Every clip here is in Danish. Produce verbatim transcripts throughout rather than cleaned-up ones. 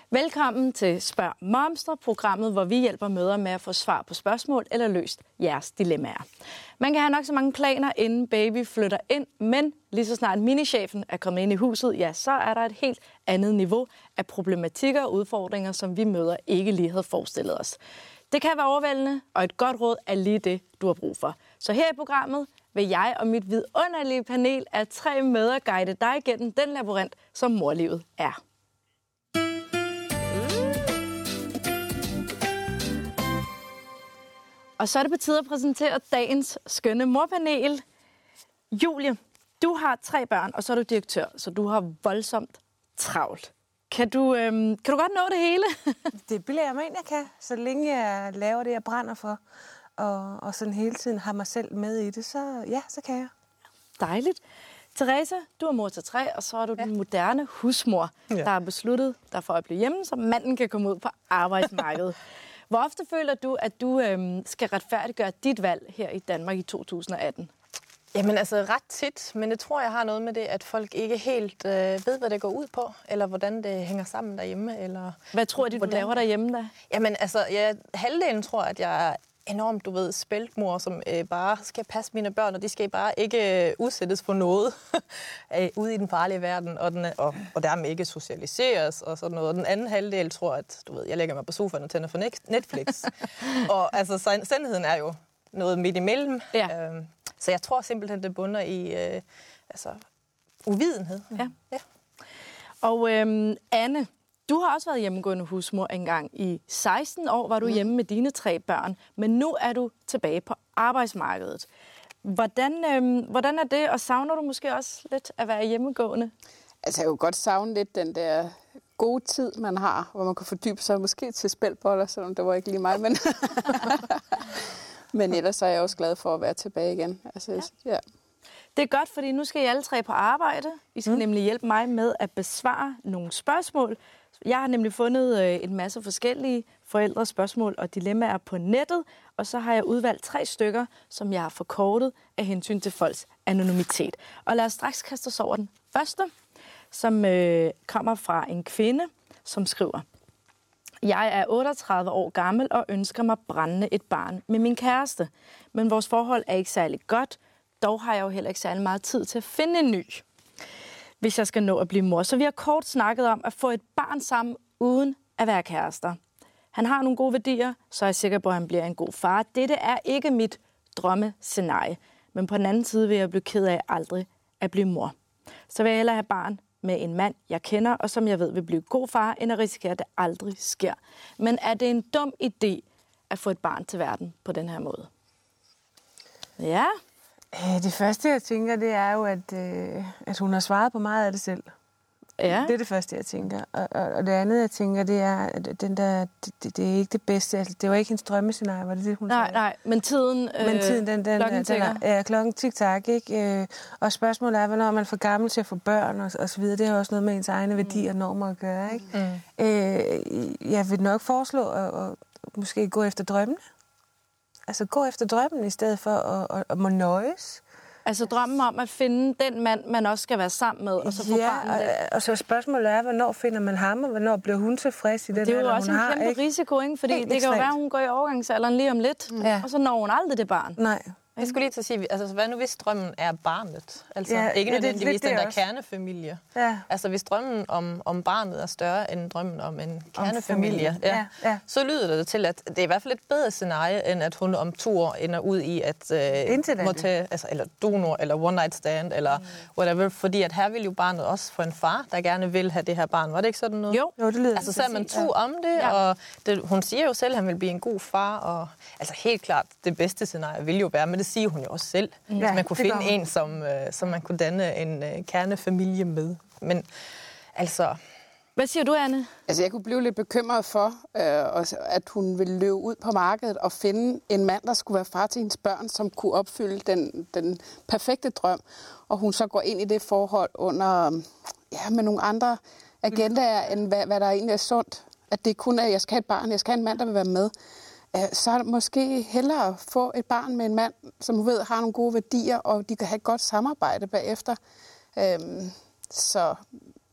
Velkommen til Spørg Momster, programmet, hvor vi hjælper mødre med at få svar på spørgsmål eller løst jeres dilemmaer. Man kan have nok så mange planer, inden baby flytter ind, men lige så snart minichefen er kommet ind i huset, ja, så er der et helt andet niveau af problematikker og udfordringer, som vi mødre ikke lige havde forestillet os. Det kan være overvældende, og et godt råd er lige det, du har brug for. Så her i programmet vil jeg og mit vidunderlige panel af tre mødre guide dig igennem den labyrint, som morlivet er. Og så er det på tide at præsentere dagens skønne morpanel. Julie, du har tre børn, og så er du direktør, så du har voldsomt travlt. Kan du, øhm, kan du godt nå det hele? Det bliver jeg mig ind, jeg kan. Så længe jeg laver det, jeg brænder for, og, og sådan hele tiden har mig selv med i det, så ja, så kan jeg. Dejligt. Teresa, du er mor til tre, og så er du ja. den moderne husmor, ja. der har besluttet dig for at blive hjemme, så manden kan komme ud på arbejdsmarkedet. Hvor ofte føler du, at du øhm, skal retfærdiggøre dit valg her i Danmark i to tusind og atten? Jamen altså ret tit, men det tror jeg har noget med det, at folk ikke helt øh, ved, hvad det går ud på, eller hvordan det hænger sammen derhjemme. Eller hvad tror de, du laver derhjemme da? Jamen altså, ja, halvdelen tror, at jeg er enormt, du ved, spæltmor, som øh, bare skal passe mine børn, og de skal bare ikke øh, udsættes for noget øh, ude i den farlige verden, og, den, og, og dermed ikke socialiseres og sådan noget. Og den anden halvdel tror, at du ved, jeg lægger mig på sofaen og tænder for Netflix. Og altså, sandheden er jo noget midt imellem. Ja. Øh, så jeg tror simpelthen, det bunder i øh, altså, uvidenhed. Ja. Ja. Og øhm, Anne, du har også været hjemmegående husmor engang. I seksten år var du hjemme med dine tre børn, men nu er du tilbage på arbejdsmarkedet. Hvordan, øhm, hvordan er det, og savner du måske også lidt at være hjemmegående? Altså, jeg kunne godt savne lidt den der gode tid, man har, hvor man kan fordybe sig måske til spælboller, selvom det var ikke lige mig, men... men ellers er jeg også glad for at være tilbage igen. Altså, ja. Ja. Det er godt, fordi nu skal I alle tre på arbejde. I skal mm. nemlig hjælpe mig med at besvare nogle spørgsmål. Jeg har nemlig fundet øh, en masse forskellige forældres spørgsmål og dilemmaer på nettet, og så har jeg udvalgt tre stykker, som jeg har forkortet af hensyn til folks anonymitet. Og lad os straks kaste os over den første, som øh, kommer fra en kvinde, som skriver: Jeg er otteogtredive år gammel og ønsker mig brændende et barn med min kæreste, men vores forhold er ikke særlig godt. Dog har jeg jo heller ikke særlig meget tid til at finde en ny, hvis jeg skal nå at blive mor. Så vi har kort snakket om at få et barn sammen uden at være kærester. Han har nogle gode værdier, så er jeg sikker på, at han bliver en god far. Dette er ikke mit drømmescenarie, men på den anden side vil jeg blive ked af aldrig at blive mor. Så vil jeg hellere have barn med en mand, jeg kender, og som jeg ved vil blive god far, end at risikere, at det aldrig sker. Men er det en dum idé at få et barn til verden på den her måde? Ja. Det første, jeg tænker, det er jo, at, øh, at hun har svaret på meget af det selv. Ja. Det er det første, jeg tænker. Og, og, og det andet, jeg tænker, det er, at den der, det, det er ikke det bedste. Altså, det var ikke hendes drømmescenarie, var det det, hun nej, sagde? Nej, men tiden... Øh, men tiden, den, den, klokken den er, ja, klokken tik-tak, ikke? Øh, og spørgsmålet er, hvornår man er for gammel til at få børn og, og så videre. Det har også noget med ens egne værdier og normer at gøre, ikke? Mm. Øh, jeg vil nok foreslå at, at måske gå efter drømmene. Altså gå efter drømmen i stedet for at, at, at må nøjes. Altså drømmen om at finde den mand, man også skal være sammen med, og så få ja, barnet. Og, og så spørgsmålet er, hvornår finder man ham, og hvornår bliver hun tilfreds i den det er jo alder, også en har, kæmpe ikke? risiko, ikke? Fordi helt det kan jo være, at hun går i overgangsalderen lige om lidt, ja. og så når hun aldrig det barn. Nej. Jeg skulle lige til at sige, altså hvad nu hvis drømmen er barnet? Altså ja, ikke nødvendigvis det, det, det den der kernefamilie. Ja. Altså hvis drømmen om, om barnet er større end drømmen om en kernefamilie, ja, ja, ja. så lyder det til, at det er i hvert fald et bedre scenarie, end at hun om to år ender ud i at øh, må tage, altså, eller donor, eller one night stand, eller mm. whatever. Fordi at her vil jo barnet også få en far, der gerne vil have det her barn. Var det ikke sådan noget? Jo, jo det lyder. Altså så er man to ja. om det, ja. og det, hun siger jo selv, at han vil blive en god far. Og, altså helt klart, det bedste scenarie vil jo være, men det siger hun jo også selv. Ja, så man kunne finde en, som, øh, som man kunne danne en øh, kernefamilie med. Men altså... Hvad siger du, Anne? Altså, jeg kunne blive lidt bekymret for, øh, at hun ville løbe ud på markedet og finde en mand, der skulle være far til hendes børn, som kunne opfylde den, den perfekte drøm. Og hun så går ind i det forhold under, ja, med nogle andre agendaer, end hvad, hvad der egentlig er sundt. At det kun er, at jeg skal have et barn, jeg skal have en mand, der vil være med. Så er det måske hellere få et barn med en mand, som hun ved har nogle gode værdier, og de kan have et godt samarbejde bagefter. Øhm, så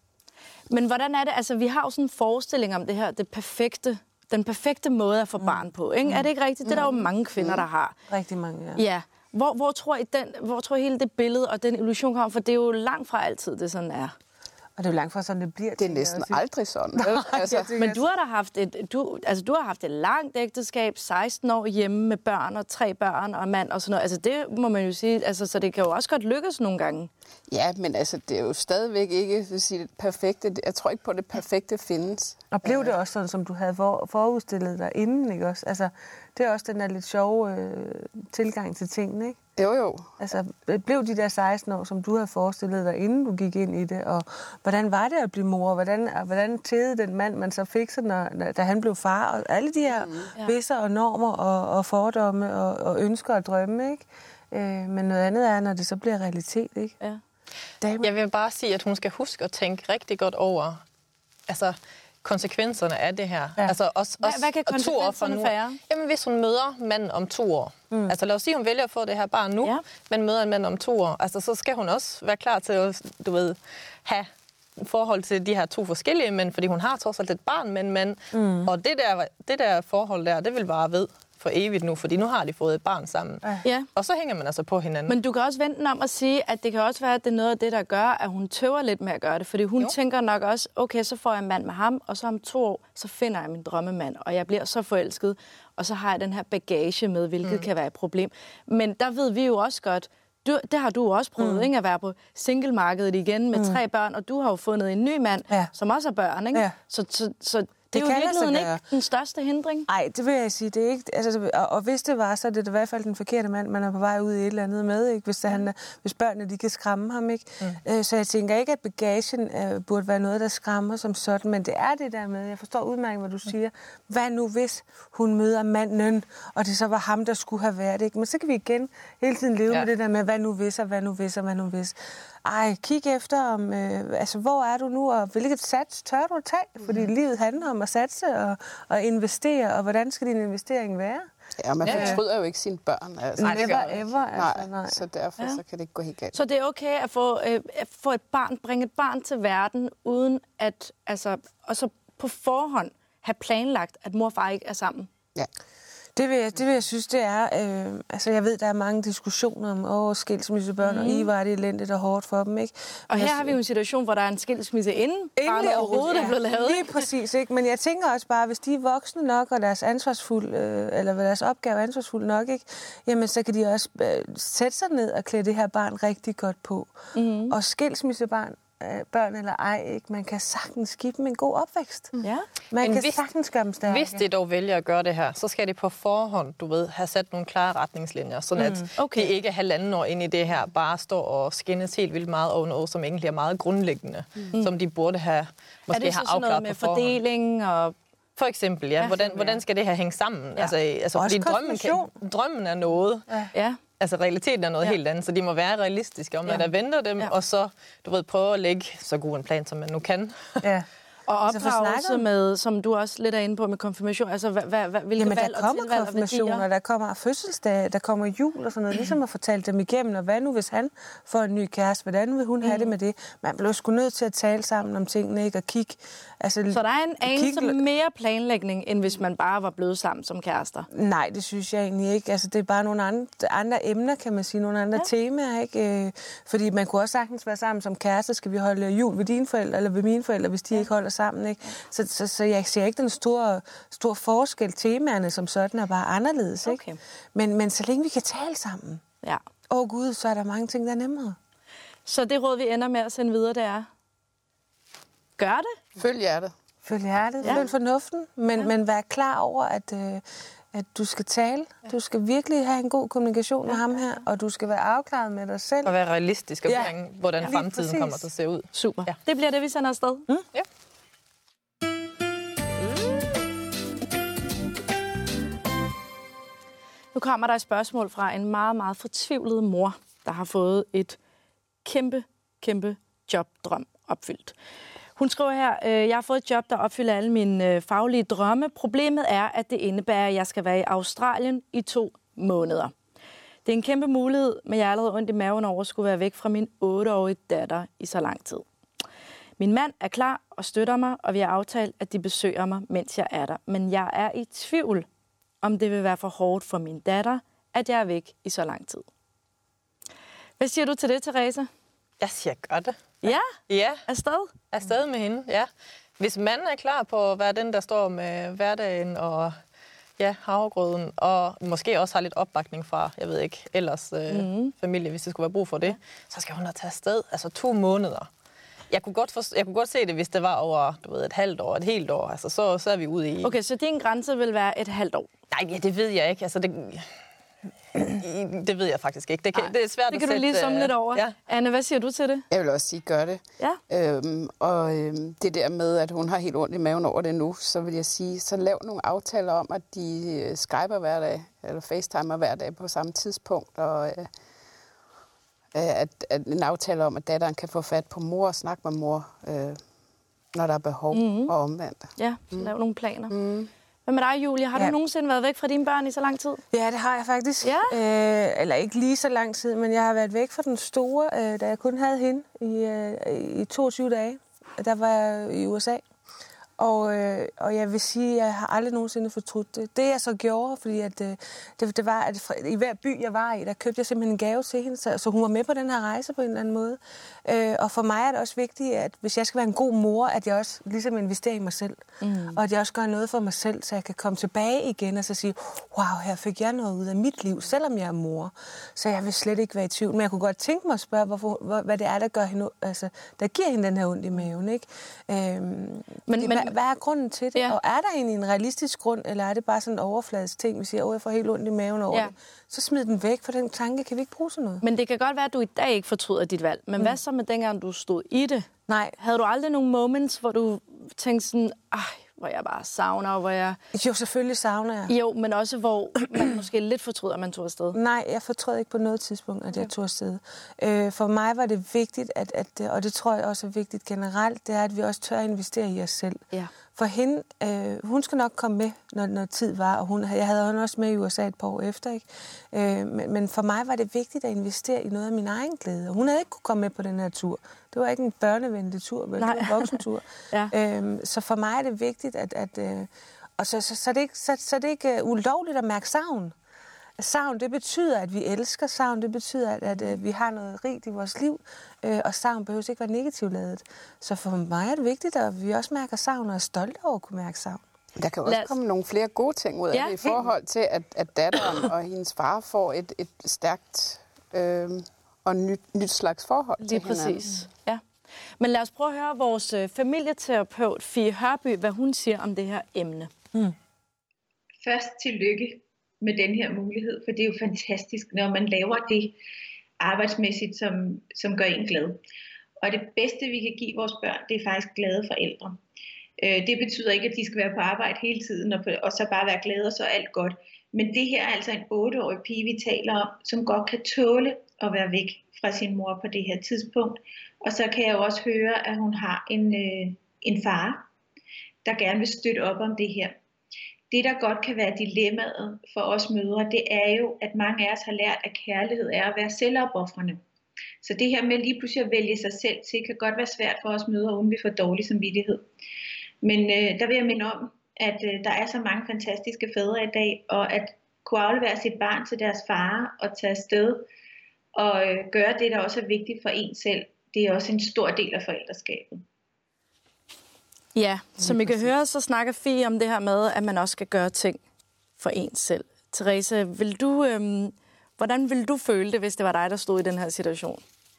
Men hvordan er det? Altså, vi har jo sådan en forestilling om det her, det perfekte, den perfekte måde at få mm. barn på, ikke? Mm. Er det ikke rigtigt? Det er der jo mange kvinder, der har. Rigtig mange, ja. Ja. Hvor, hvor, tror I den, hvor tror I hele det billede og den illusion kommer? For det er jo langt fra altid, det sådan er. Og det er jo langt fra sådan, det bliver. Det er næsten aldrig sådan. altså. Men du har da haft et, du, altså, du har haft et langt ægteskab, seksten år hjemme med børn og tre børn og mand og sådan noget. Altså det må man jo sige, altså, så det kan jo også godt lykkes nogle gange. Ja, men altså, det er jo stadigvæk ikke vil sige, det perfekte. Jeg tror ikke på, at det perfekte findes. Og blev det også sådan, som du havde for, forudstillet dig inden, ikke også? Altså, det er også den der lidt sjove øh, tilgang til tingene, ikke? Jo, jo. Altså, blev de der seksten år, som du havde forestillet dig, inden du gik ind i det? Og hvordan var det at blive mor? Hvordan, hvordan tædede den mand, man så fik sig, når, da han blev far? Og alle de her mm. visser og normer og, og fordomme og, og ønsker og drømme, ikke? Øh, men noget andet er, når det så bliver realitet, ikke? Ja. Damer. Jeg vil bare sige, at hun skal huske at tænke rigtig godt over altså, konsekvenserne af det her. Ja. Altså, også, Hvad, også, hvad kan konsekvenserne være? Jamen, hvis hun møder manden om to år. Mm. Altså, lad os sige, hun vælger at få det her barn nu, ja. men møder en mand om to år. Altså, så skal hun også være klar til at, du ved, have forhold til de her to forskellige mænd, fordi hun har trods alt et barn med en mand. Mm. Og det der, det der forhold der, det vil bare ved for evigt nu, fordi nu har de fået et barn sammen. Ja. Og så hænger man altså på hinanden. Men du kan også vente om at sige, at det kan også være, at det er noget af det, der gør, at hun tøver lidt med at gøre det. Fordi hun jo. tænker nok også, okay, så får jeg en mand med ham, og så om to år, så finder jeg min drømmemand, og jeg bliver så forelsket, og så har jeg den her bagage med, hvilket mm. kan være et problem. Men der ved vi jo også godt, du, det har du også prøvet, mm. ikke, at være på singlemarkedet igen med mm. tre børn, og du har jo fundet en ny mand, ja. som også har børn, ikke? Ja. Så, så, så det er jo i virkeligheden ikke den største hindring. Nej, det vil jeg sige. Det er ikke, altså, og, og hvis det var, så er det i hvert fald den forkerte mand, man er på vej ud i et eller andet med, ikke? Hvis, det, han, hvis børnene de kan skræmme ham. Ikke? Mm. Øh, så jeg tænker ikke, at bagagen øh, burde være noget, der skræmmer som sådan, men det er det der med, jeg forstår udmærket, hvad du siger. Hvad nu, hvis hun møder manden, og det så var ham, der skulle have været det? Ikke? Men så kan vi igen hele tiden leve ja. med det der med, hvad nu hvis, og hvad nu hvis, og hvad nu hvis. Ej, kig efter, om, øh, altså, hvor er du nu, og hvilket sats tør du tage? Fordi mm. livet handler om at satse og, og investere, og hvordan skal din investering være? Ja, man ja. fortryder jo ikke sine børn. Altså. Nej, never ever. Altså, nej, nej, så derfor ja. så kan det ikke gå helt galt. Så det er okay at få, øh, at få et barn, bringe et barn til verden, uden at, altså, og så på forhånd have planlagt, at mor og far ikke er sammen? Ja. Det vil, jeg, det vil jeg synes, det er. Øh, altså, jeg ved, der er mange diskussioner om åh, skilsmissebørn, mm. og I var det elendigt og hårdt for dem, ikke? Og her jeg, har vi jo en situation, hvor der er en skilsmisse inden barnet overhovedet er blevet lavet. Lige præcis, ikke? Men jeg tænker også bare, hvis de er voksne nok, og deres ansvarsfuld, øh, eller deres opgave er ansvarsfuld nok, ikke? Jamen, så kan de også øh, sætte sig ned og klæde det her barn rigtig godt på. Mm. Og skilsmissebarn, børn eller ej, ikke? Man kan sagtens give dem en god opvækst. Ja. Man Men kan hvis, sagtens gøre dem stærke. Hvis de dog vælger at gøre det her, så skal de på forhånd, du ved, have sat nogle klare retningslinjer, sådan mm. at okay. de ikke halvanden år ind i det her bare står og skændes helt vildt meget over noget, som egentlig er meget grundlæggende, mm. som de burde have måske have afklaret på forhånd. Er det så sådan noget med fordeling og... For eksempel, ja. Hvordan, hvordan skal det her hænge sammen? Ja. Altså, altså, fordi drømmen, kan, drømmen er noget. Ja. ja. Altså, realiteten er noget ja. helt andet, så de må være realistiske om, ja. at der venter dem, ja. og så, du ved, prøve at lægge så god en plan, som man nu kan. Ja. Og opdragelse med, som du også lidt er inde på, med konfirmation. Altså, hvad, hvad, hvilke Jamen, valg der kommer og konfirmationer, der kommer fødselsdag, der kommer jul og sådan noget. Ligesom at fortælle dem igennem, og hvad nu, hvis han får en ny kæreste? Hvordan vil hun mm. have det med det? Man bliver sgu nødt til at tale sammen om tingene, ikke? Og kigge. Altså, så der er en anelse kigge... mere planlægning, end hvis man bare var blevet sammen som kærester? Nej, det synes jeg egentlig ikke. Altså, det er bare nogle andre, andre emner, kan man sige. Nogle andre ja. temaer, ikke? Fordi man kunne også sagtens være sammen som kærester. Skal vi holde jul ved dine forældre, eller ved mine forældre, hvis de ja. ikke holder sammen, ikke? Så, så, så jeg ser ikke den store, store forskel. Temaerne som sådan er bare anderledes, ikke? Okay. Men, men så længe vi kan tale sammen, ja. åh oh, gud, så er der mange ting, der er nemmere. Så det råd, vi ender med at sende videre, det er, gør det. Følg hjertet. Følg hjertet, ja. Følg fornuften, men, ja. men vær klar over, at, øh, at du skal tale. Ja. Du skal virkelig have en god kommunikation ja. med ham her, og du skal være afklaret med dig selv. Og være realistisk omkring, ja. hvordan ja. fremtiden præcis. kommer til at se ud. Super. Ja. Det bliver det, vi sender afsted. Mm? Ja. Nu kommer der et spørgsmål fra en meget, meget fortvivlet mor, der har fået et kæmpe, kæmpe jobdrøm opfyldt. Hun skriver her, øh, jeg har fået et job, der opfylder alle mine øh, faglige drømme. Problemet er, at det indebærer, at jeg skal være i Australien i to måneder. Det er en kæmpe mulighed, men jeg er allerede ondt i maven over at skulle være væk fra min otteårige datter i så lang tid. Min mand er klar og støtter mig, og vi har aftalt, at de besøger mig, mens jeg er der. Men jeg er i tvivl, om det vil være for hårdt for min datter, at jeg er væk i så lang tid. Hvad siger du til det, Therese? Jeg siger, gør det. Ja? Ja. Afsted? Afsted med hende, ja. Hvis manden er klar på at være den, der står med hverdagen og ja, havregrøden, og måske også har lidt opbakning fra, jeg ved ikke, ellers øh, mm. familie, hvis det skulle være brug for det, så skal hun da tage afsted. Altså to måneder. Jeg kunne godt, for, jeg kunne godt se det, hvis det var over du ved, et halvt år, et helt år. Altså, så, så er vi ude i... Okay, så din grænse vil være et halvt år? Nej, ja, det ved jeg ikke. Altså, det, det ved jeg faktisk ikke. Det, kan, det er svært det kan at du lige summe lidt over. Ja. Anne, hvad siger du til det? Jeg vil også sige, gør det. Ja. Øhm, og øhm, det der med, at hun har helt ondt i maven over det nu, så vil jeg sige, så lav nogle aftaler om, at de øh, skyper hver dag, eller facetimer hver dag på samme tidspunkt, og øh, at, at en aftale om, at datteren kan få fat på mor og snakke med mor, øh, når der er behov, mm-hmm. og omvendt. Ja, mm. lav nogle planer. Mm. Hvad med dig, Julie? Har ja. du nogensinde været væk fra dine børn i så lang tid? Ja, det har jeg faktisk. Ja? Øh, eller ikke lige så lang tid, men jeg har været væk fra den store, øh, da jeg kun havde hende i, øh, i toogtyve dage. Der var jeg i U S A. Og, øh, og jeg vil sige, at jeg har aldrig nogensinde fortrudt det. Det jeg så gjorde, fordi at, øh, det, det var, at fra, i hver by, jeg var i, der købte jeg simpelthen en gave til hende, så, så hun var med på den her rejse på en eller anden måde. Øh, og for mig er det også vigtigt, at hvis jeg skal være en god mor, at jeg også ligesom investerer i mig selv. Mm. Og at jeg også gør noget for mig selv, så jeg kan komme tilbage igen og så sige, wow, her fik jeg noget ud af mit liv, selvom jeg er mor. Så jeg vil slet ikke være i tvivl. Men jeg kunne godt tænke mig at spørge, hvorfor, hvad det er, der, gør hende, altså, der giver hende den her ondt i maven. Ikke? Øh, men, det, men Hvad er grunden til det? Ja. Og er der egentlig en realistisk grund, eller er det bare sådan en overfladisk ting, vi siger, åh, jeg får helt ondt i maven over ja. det? Så smid den væk, for den tanke kan vi ikke bruge sådan noget. Men det kan godt være, at du i dag ikke fortryder dit valg. Men mm. hvad så med dengang, du stod i det? Nej. Havde du aldrig nogle moments, hvor du tænkte sådan, ej, hvor jeg bare savner, hvor jeg... Jo, selvfølgelig savner jeg. Jo, men også hvor man måske lidt fortryder, at man tog afsted. Nej, jeg fortrød ikke på noget tidspunkt, at jeg tog afsted. Øh, for mig var det vigtigt, at, at, og det tror jeg også er vigtigt generelt, det er, at vi også tør at investere i os selv. Ja. For hende, øh, hun skal nok komme med, når, når tid var, og hun, jeg havde hende også med i U S A et par år efter. Ikke? Øh, men, men for mig var det vigtigt at investere i noget af min egen glæde, og hun havde ikke kunne komme med på den her tur. Det var ikke en børnevenlig tur, men det var en voksentur. ja. øh, så for mig er det vigtigt, at... at øh, og så, så, så, er det ikke, så, så er det ikke uh, ulovligt at mærke savn. Savn, det betyder, at vi elsker. Savn, det betyder, at, at, at vi har noget rigt i vores liv. Øh, og savn behøver ikke være negativt ladet. Så for mig er det vigtigt, at vi også mærker savn, og er stolte over at kunne mærke savn. Der kan også komme nogle flere gode ting ud af ja. det, i forhold til, at, at datteren og hendes far får et, et stærkt øh, og nyt, nyt slags forhold Lige til hinanden. præcis. Ja. Men lad os prøve at høre vores familieterapeut, Fie Hørby, hvad hun siger om det her emne. Mm. Først tillykke med den her mulighed, for det er jo fantastisk, når man laver det arbejdsmæssigt, som, som gør en glad. Og det bedste, vi kan give vores børn, det er faktisk glade forældre. Øh, det betyder ikke, at de skal være på arbejde hele tiden, og, og så bare være glade, og så er alt godt. Men det her er altså en otteårig pige, vi taler om, som godt kan tåle at være væk fra sin mor på det her tidspunkt. Og så kan jeg jo også høre, at hun har en, øh, en far, der gerne vil støtte op om det her. Det, der godt kan være dilemmaet for os mødre, det er jo, at mange af os har lært, at kærlighed er at være selvopofrende. Så det her med lige pludselig at vælge sig selv til, kan godt være svært for os mødre, uden vi får dårlig samvittighed. Men øh, der vil jeg minde om, at øh, der er så mange fantastiske fædre i dag, og at kunne aflevere sit barn til deres far og tage afsted og øh, gøre det, der også er vigtigt for en selv, det er også en stor del af forældreskabet. Ja, som I kan høre, så snakker Fie om det her med, at man også skal gøre ting for en selv. Therese, vil du, øhm, hvordan ville du føle det, hvis det var dig, der stod i den her situation?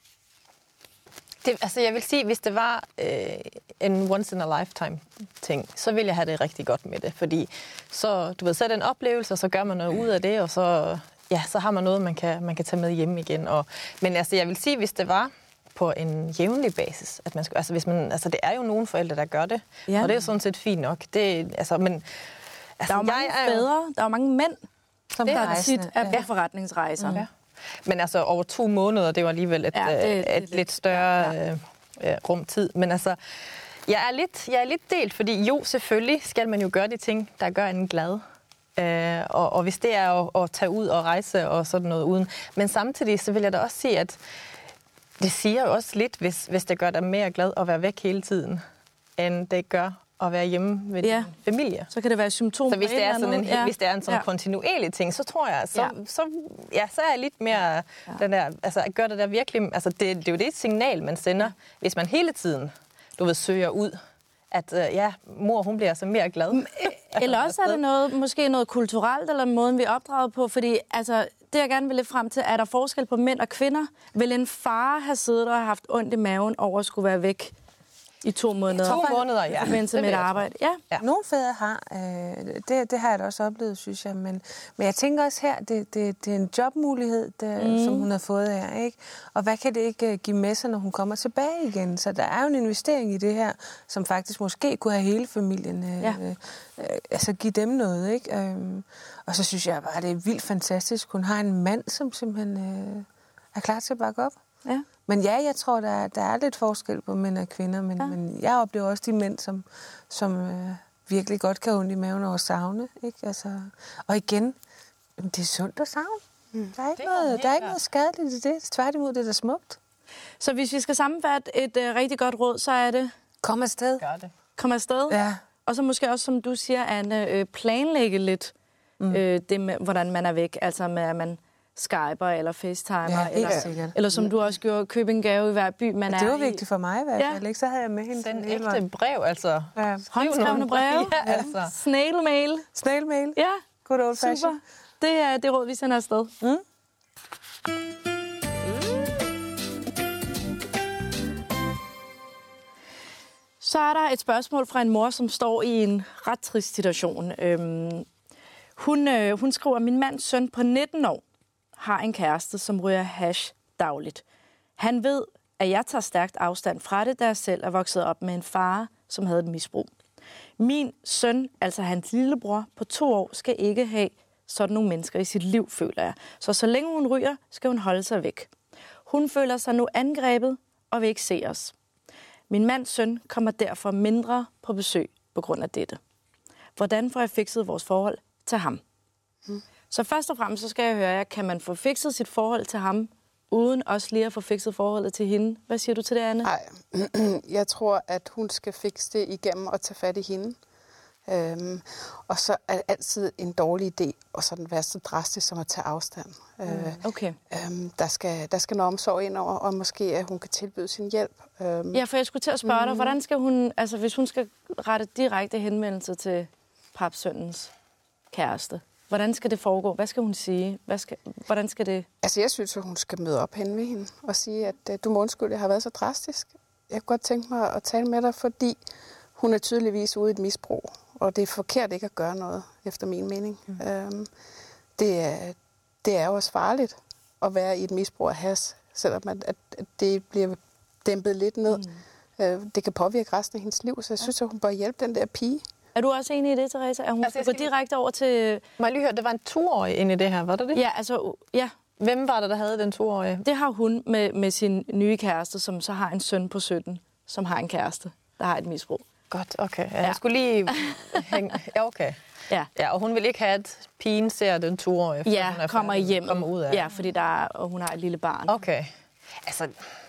Det, altså jeg vil sige, hvis det var øh, en once in a lifetime ting, så ville jeg have det rigtig godt med det. Fordi så, du ved, så er det en oplevelse, og så gør man noget ud af det, og så, ja, så har man noget, man kan, man kan tage med hjem igen. Og, men altså jeg vil sige, hvis det var på en jævnlig basis, at man skal, altså hvis man, altså det er jo nogle forældre, der gør det, ja. Og det er jo sådan set fint nok. Det, altså, men, altså, der er jo mange jeg er jo, fædre, der er jo mange mænd, som det der tit er på ja. forretningsrejser. Mm. Ja. Men altså over to måneder, det var alligevel et, ja, det, et, et lidt større ja, ja. Øh, rumtid. Men altså, jeg er, lidt, jeg er lidt delt, fordi jo, selvfølgelig skal man jo gøre de ting, der gør en glad. Øh, og, og hvis det er at, at tage ud og rejse og sådan noget uden. Men samtidig så vil jeg da også sige, at Det siger jo også lidt, hvis, hvis det gør dig mere glad at være væk hele tiden, end det gør at være hjemme med Ja. din familie. Så kan det være symptomer. Så hvis det er sådan en, ja. hvis det er en sådan ja. kontinuerlig ting, så tror jeg, så, Ja. så, ja, så er jeg lidt mere ja. den der, altså at gøre det der virkelig, altså det, det er jo det signal, man sender, hvis man hele tiden, du ved, søger ud, at øh, ja, mor, hun bliver altså mere glad. Eller også er det noget, måske noget kulturelt, eller måden, vi er opdraget på, fordi altså, det, jeg gerne vil lidt frem til, er der forskel på mænd og kvinder? Vil en far have siddet og have haft ondt i maven over at skulle være væk i to måneder? To måneder, ja. I forbindelse med et arbejde. Ja. Ja. Nogle fædre har. Øh, det, det har jeg da også oplevet, synes jeg. Men, men jeg tænker også her, det, det, det er en jobmulighed, det, mm. som hun har fået her. Ikke? Og hvad kan det ikke give med sig, når hun kommer tilbage igen? Så der er jo en investering i det her, som faktisk måske kunne have hele familien. Øh, Ja. øh, altså give dem noget. Ikke? Øh, og så synes jeg bare, det er vildt fantastisk. Hun har en mand, som simpelthen øh, er klar til at bakke op. Ja. Men ja, jeg tror, der er, der er lidt forskel på mænd og kvinder, men, ja. men jeg oplever også de mænd, som, som øh, virkelig godt kan have ondt i maven over savne. Ikke? Altså, og igen, det er sundt at savne. Mm. Der er ikke, noget, der er ikke noget skadeligt i det. Tværtimod, det er da smukt. Så hvis vi skal sammenfatte et uh, rigtig godt råd, så er det... Kom afsted. Gør det. Kom afsted. Ja. Og så måske også, som du siger, Anne, øh, planlægge lidt mm. øh, det med, hvordan man er væk. Altså med, at man skyper eller facetimer. Ja, eller, sikkert. eller som du også gjorde, købe en gave i hver by, man Ja, er det var i. vigtigt for mig i hvert fald. Ja. Så havde jeg med hende. Send den hele ægte vejen. brev, altså. Ja. Håndskrevne breve. Ja, altså. Snail mail. Snail mail. Ja, Good old super. fashion. Det er det råd, vi sender afsted. Mm. Så er der et spørgsmål fra en mor, som står i en ret trist situation. Øhm, hun, øh, hun skriver, at min mands søn på nitten år har en kæreste, som ryger hash dagligt. Han ved, at jeg tager stærkt afstand fra det, da jeg selv er vokset op med en far, som havde et misbrug. Min søn, altså hans lillebror på to år, skal ikke have sådan nogle mennesker i sit liv, føler jeg. Så så længe hun ryger, skal hun holde sig væk. Hun føler sig nu angrebet og vil ikke se os. Min mands søn kommer derfor mindre på besøg på grund af dette. Hvordan får jeg fikset vores forhold til ham? Mm. Så først og fremmest så skal jeg høre jer, kan man få fikset sit forhold til ham, uden også lige at få fikset forholdet til hende? Hvad siger du til det, Anne? Nej, jeg tror, at hun skal fikse det igennem og tage fat i hende. Øhm, og så er det altid en dårlig idé at sådan være så drastisk som at tage afstand. Mm. Øh, okay. øhm, der, skal, der skal noget omsorg ind over, og måske at hun kan tilbyde sin hjælp. Øhm, Ja, for jeg skulle til at spørge mm. dig, hvordan skal hun, altså hvis hun skal rette direkte henvendelse til papsønnens kæreste, hvordan skal det foregå? Hvad skal hun sige? Hvad skal, hvordan skal det... Altså, jeg synes, at hun skal møde op hen ved hende og sige, at uh, du må undskylde, jeg har været så drastisk. Jeg kunne godt tænke mig at tale med dig, fordi hun er tydeligvis ude i et misbrug, og det er forkert ikke at gøre noget, efter min mening. Mm. Øhm, det, er, det er jo også farligt at være i et misbrug af hash, selvom at, at, at det bliver dæmpet lidt ned. Mm. Øh, det kan påvirke resten af hendes liv, så jeg synes, at hun bør hjælpe den der pige. Er du også enig i det, Teresa? At hun Altså, altså, skal gå direkte over til... Må jeg lige høre, det var en toårig inde i det her, var det det? Ja, altså, ja. Hvem var det, der havde den toårige? Det har hun med, med sin nye kæreste, som så har en søn på sytten, som har en kæreste, der har et misbrug. Godt, okay. Ja, Ja. jeg skulle lige hænge... Ja, okay. Ja, Ja, og hun vil ikke have, at pigen ser den toårige, før ja hun er kommer færdig, hjem. kommer ud af. Ja, fordi der er, og hun har et lille barn. Okay. Altså,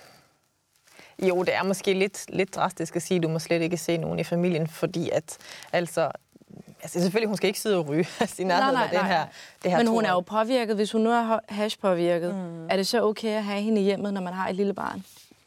jo, det er måske lidt, lidt drastisk at sige, at du må slet ikke se nogen i familien, fordi at, altså, altså selvfølgelig, hun skal ikke sidde og ryge i nærheden af det her. Det her Men hun er jo toårige. påvirket. Hvis hun nu er hash påvirket, mm. er det så okay at have hende i hjemmet, når man har et lille barn?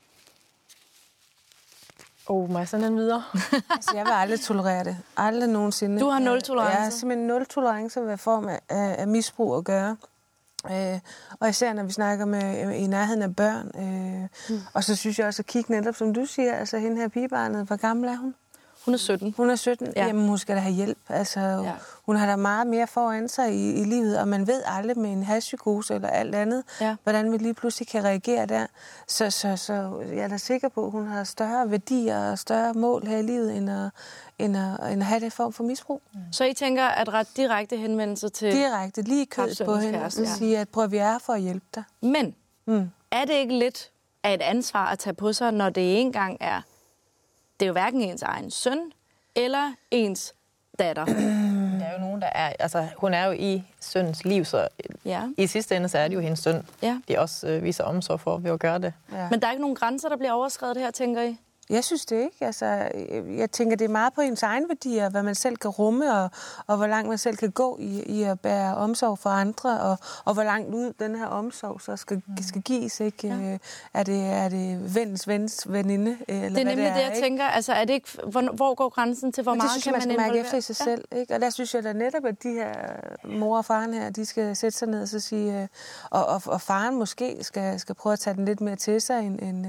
Åh, oh, må jeg sende den videre? Altså, jeg vil aldrig tolerere det. Aldrig nogensinde. Du har nul tolerance? Jeg har simpelthen nul tolerance ved form af, af misbrug at gøre. Øh, og især når vi snakker med i nærheden af børn. Øh, mm. Og så synes jeg også at kigge netop, som du siger, altså hende her pigebarnet, hvor gammel er hun? Hun er sytten. Hun er sytten. Ja. Jamen, hun skal da have hjælp. Altså, ja. Hun har da meget mere foran sig i, i livet, og man ved aldrig med en hashpsykose eller alt andet, ja. hvordan vi lige pludselig kan reagere der. Så, så, så jeg er da sikker på, at hun har større værdier og større mål her i livet, end at, end at, end at have det form for misbrug. Mm. Så I tænker at ret direkte henvendelse til... Direkte, lige kød på hende og sige, at prøv at vi er for at hjælpe dig. Men mm. er det ikke lidt af et ansvar at tage på sig, når det ikke engang er... Det er jo hverken ens egen søn eller ens datter. Ja, er jo nogen, der er... Altså, hun er jo i søns liv, så ja. i sidste ende, så er det jo hendes søn, ja. de også øh, viser omsorg for ved at gøre det. Ja. Men der er ikke nogen grænser, der bliver overskredet her, tænker I? Jeg synes det ikke. Altså, jeg tænker, det er meget på ens egen værdier, hvad man selv kan rumme, og, og hvor langt man selv kan gå i, i at bære omsorg for andre, og, og hvor langt ud den her omsorg så skal, mm. skal gives. Ikke? Ja. Er det, er det vens, vens, veninde? Eller det er nemlig det, er, det, jeg ikke? tænker. Altså, er det ikke, hvor, hvor går grænsen til, hvor Men meget synes, kan man, man skal mærke efter i sig ja. selv. Ikke? Og der synes jeg da netop, at de her mor og faren her, de skal sætte sig ned og så sige, og, og, og faren måske skal, skal prøve at tage den lidt mere til sig, end, end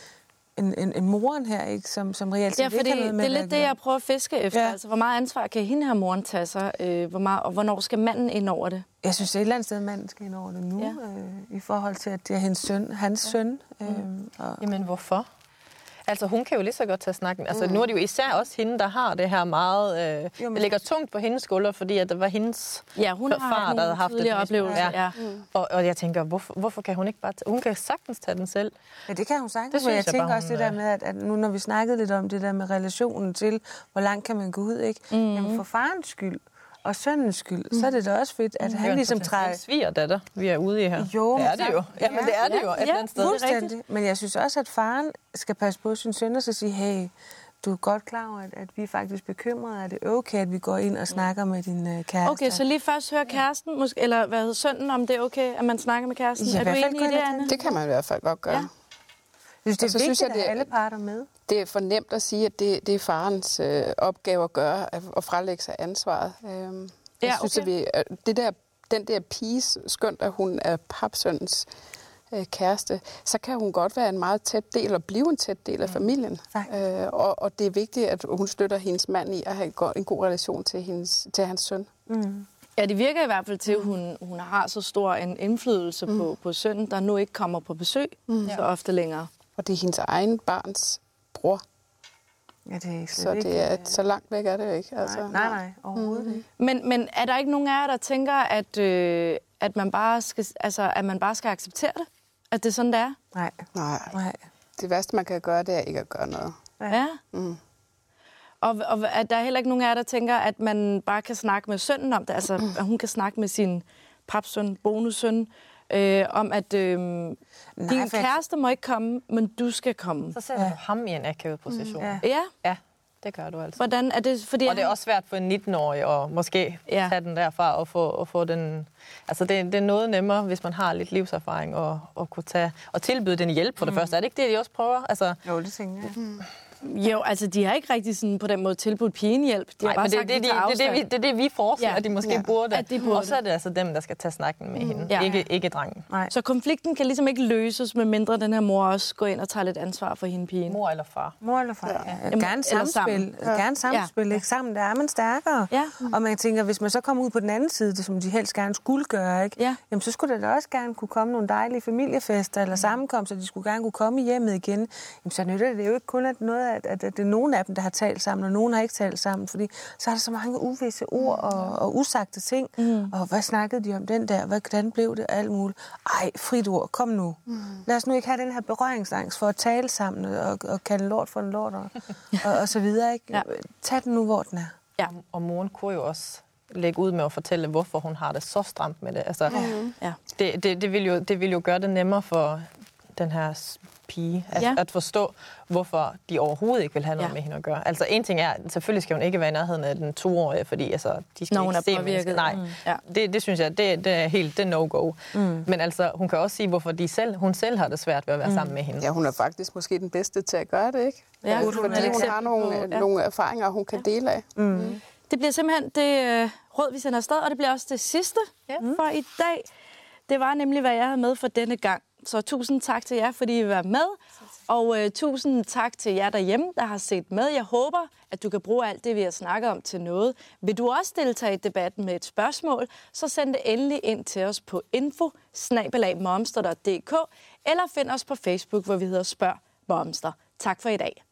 En, en, en moren her, ikke, som, som reelt set ja, fordi ikke har noget med det er lidt det, jeg prøver at fiske efter. Ja. Altså, hvor meget ansvar kan hende her moren tage sig, øh, hvor meget, og hvornår skal manden ind over det? Jeg synes, det er et eller andet sted, at manden skal ind over det nu, ja. øh, i forhold til, at det er hendes søn, hans ja. søn. Øh, og... Jamen, hvorfor? Altså, hun kan jo lige så godt tage snakken. Altså, mm. nu er det jo især også hende, der har det her meget... Øh, jo, men... Det ligger tungt på hendes skuldre, fordi at det var hendes ja, hun far, har der havde haft det. Oplevelse, ja. Ja. Mm. Og, og jeg tænker, hvorfor, hvorfor kan hun ikke bare... Hun kan sagtens tage den selv. Ja, det kan hun sagtens. Det synes jeg, jeg tænker bare, også det der med, at, at nu når vi snakkede lidt om det der med relationen til, hvor langt kan man gå ud, ikke? Mm. Jamen, for farens skyld og sønnens skyld, mm. så er det da også fedt, at mm. han ligesom træder... Det er svigerdatter, vi er ude i her. Jo, det er det jo. Ja, men det er det jo et eller andet sted. Fuldstændig. Men jeg synes også, at faren skal passe på sin søn og så sige, hey, du er godt klar over, at, at vi er faktisk bekymrede. Er det okay, at vi går ind og snakker med din uh, kæreste? Okay, så lige først høre kæresten, måske, eller hvad hedder sønnen, om det er okay, at man snakker med kæresten? Ja, er du enig i det, Anne? Det kan man i hvert fald godt gøre. Ja. Jeg synes, det er så vigtigt, synes jeg, det er, at alle parter med. Det er for nemt at sige, at det, det er farens øh, opgave at gøre, at, at frelægge sig ansvaret. Øhm, jeg ja, synes, okay. at vi, det der, den der piges, skønt at hun er papsøns øh, kæreste, så kan hun godt være en meget tæt del, og blive en tæt del af familien. Øh, og, og det er vigtigt, at hun støtter hendes mand i at have en god relation til, hendes, til hans søn. Mm. Ja, det virker i hvert fald til, at hun, hun har så stor en indflydelse mm. på, på sønnen, der nu ikke kommer på besøg mm. så ofte længere. Og det er hendes egen barns bror. Ja, det er ikke så det er så langt væk er det jo ikke. Altså. Nej, nej, nej, overhovedet mm. ikke. Men, men er der ikke nogen af jer, der tænker, at, øh, at, man bare skal, altså, at man bare skal acceptere det? At det er sådan, det er? Nej. Nej. nej. Det værste, man kan gøre, det er ikke at gøre noget. Ja. Mm. Og, og at der er heller ikke nogen af jer, der tænker, at man bare kan snakke med sønnen om det. Altså, mm. at hun kan snakke med sin papsøn, bonussøn, øh, om at øh, Nej, din kæreste må ikke komme, men du skal komme. Så sætter ja. du ham i en akavet position. Mm. Ja. Ja, det gør du altså. Hvordan er det? Fordi og det er også svært for en nitten-årig at måske ja. tage den derfra og få, og få den... Altså, det, det er noget nemmere, hvis man har lidt livserfaring og, og kunne tage... Og tilbyde den hjælp for det mm. første. Er det ikke det, de også prøver? Altså, jo, det tænker jeg. Mm. Jo, altså de har ikke rigtig sådan på den måde tilbudt pigen hjælp. De har Nej, bare men det, sagt, det, det, det, det, det, det er det, vi forestiller, ja. at de måske ja. burde. At de burde. Og så er det altså dem, der skal tage snakken med mm. hende. Ja. Ikke, ikke drengen. Nej. Så konflikten kan ligesom ikke løses, med mindre den her mor også går ind og tager lidt ansvar for hende pigen. Mor eller far. Mor eller far, ja. ja. Jamen, gerne samspil. Ja. Gerne samspil, ja. ikke? Sammen, der er man stærkere. Ja. Mm. Og man tænker, hvis man så kommer ud på den anden side, det, som de helst gerne skulle gøre, ikke? Ja. Jamen, så skulle der da også gerne kunne komme nogle dejlige familiefester eller sammenkomster, de skulle gerne kunne komme i hjemmet igen. Jamen, så nytter det jo ikke kun, at, noget, at, at, at det er nogen af dem, der har talt sammen, og nogen har ikke talt sammen, fordi så er der så mange uvisse ord og, og usagte ting. Mm. Og hvad snakkede de om den der? Hvordan blev det? Alt muligt. Ej, frit ord, kom nu. Mm. Lad os nu ikke have den her berøringsangst for at tale sammen og, og kalde lort for en lort og, og, og så videre. Ikke? Ja. Tag den nu, hvor den er. Ja. Og moren kunne jo også lægge ud med at fortælle, hvorfor hun har det så stramt med det. Altså, mm. ja. det, det, det, vil jo, det vil jo gøre det nemmere for den her pige at, ja. at forstå, hvorfor de overhovedet ikke vil have noget ja. med hende at gøre. Altså en ting er, selvfølgelig skal hun ikke være i nærheden af den toårige, fordi altså, de skal Når ikke se mennesker. Nej, mm. ja. det, det synes jeg, det, det er helt det er no-go. Mm. Men altså, hun kan også sige, hvorfor de selv, hun selv har det svært ved at være mm. sammen med hende. Ja, hun er faktisk måske den bedste til at gøre det, ikke? Ja, fordi hun, hun har nogle, ja. nogle erfaringer, hun kan ja. dele af. Mm. Mm. Det bliver simpelthen det øh, råd, vi sender afsted, og det bliver også det sidste ja. for i dag. Det var nemlig, hvad jeg havde med for denne gang. Så tusind tak til jer, fordi I var med. Og øh, tusind tak til jer derhjemme, der har set med. Jeg håber, at du kan bruge alt det, vi har snakket om til noget. Vil du også deltage i debatten med et spørgsmål, så send det endelig ind til os på info snabel-a momster punktum d k eller find os på Facebook, hvor vi hedder Spørg Momster. Tak for i dag.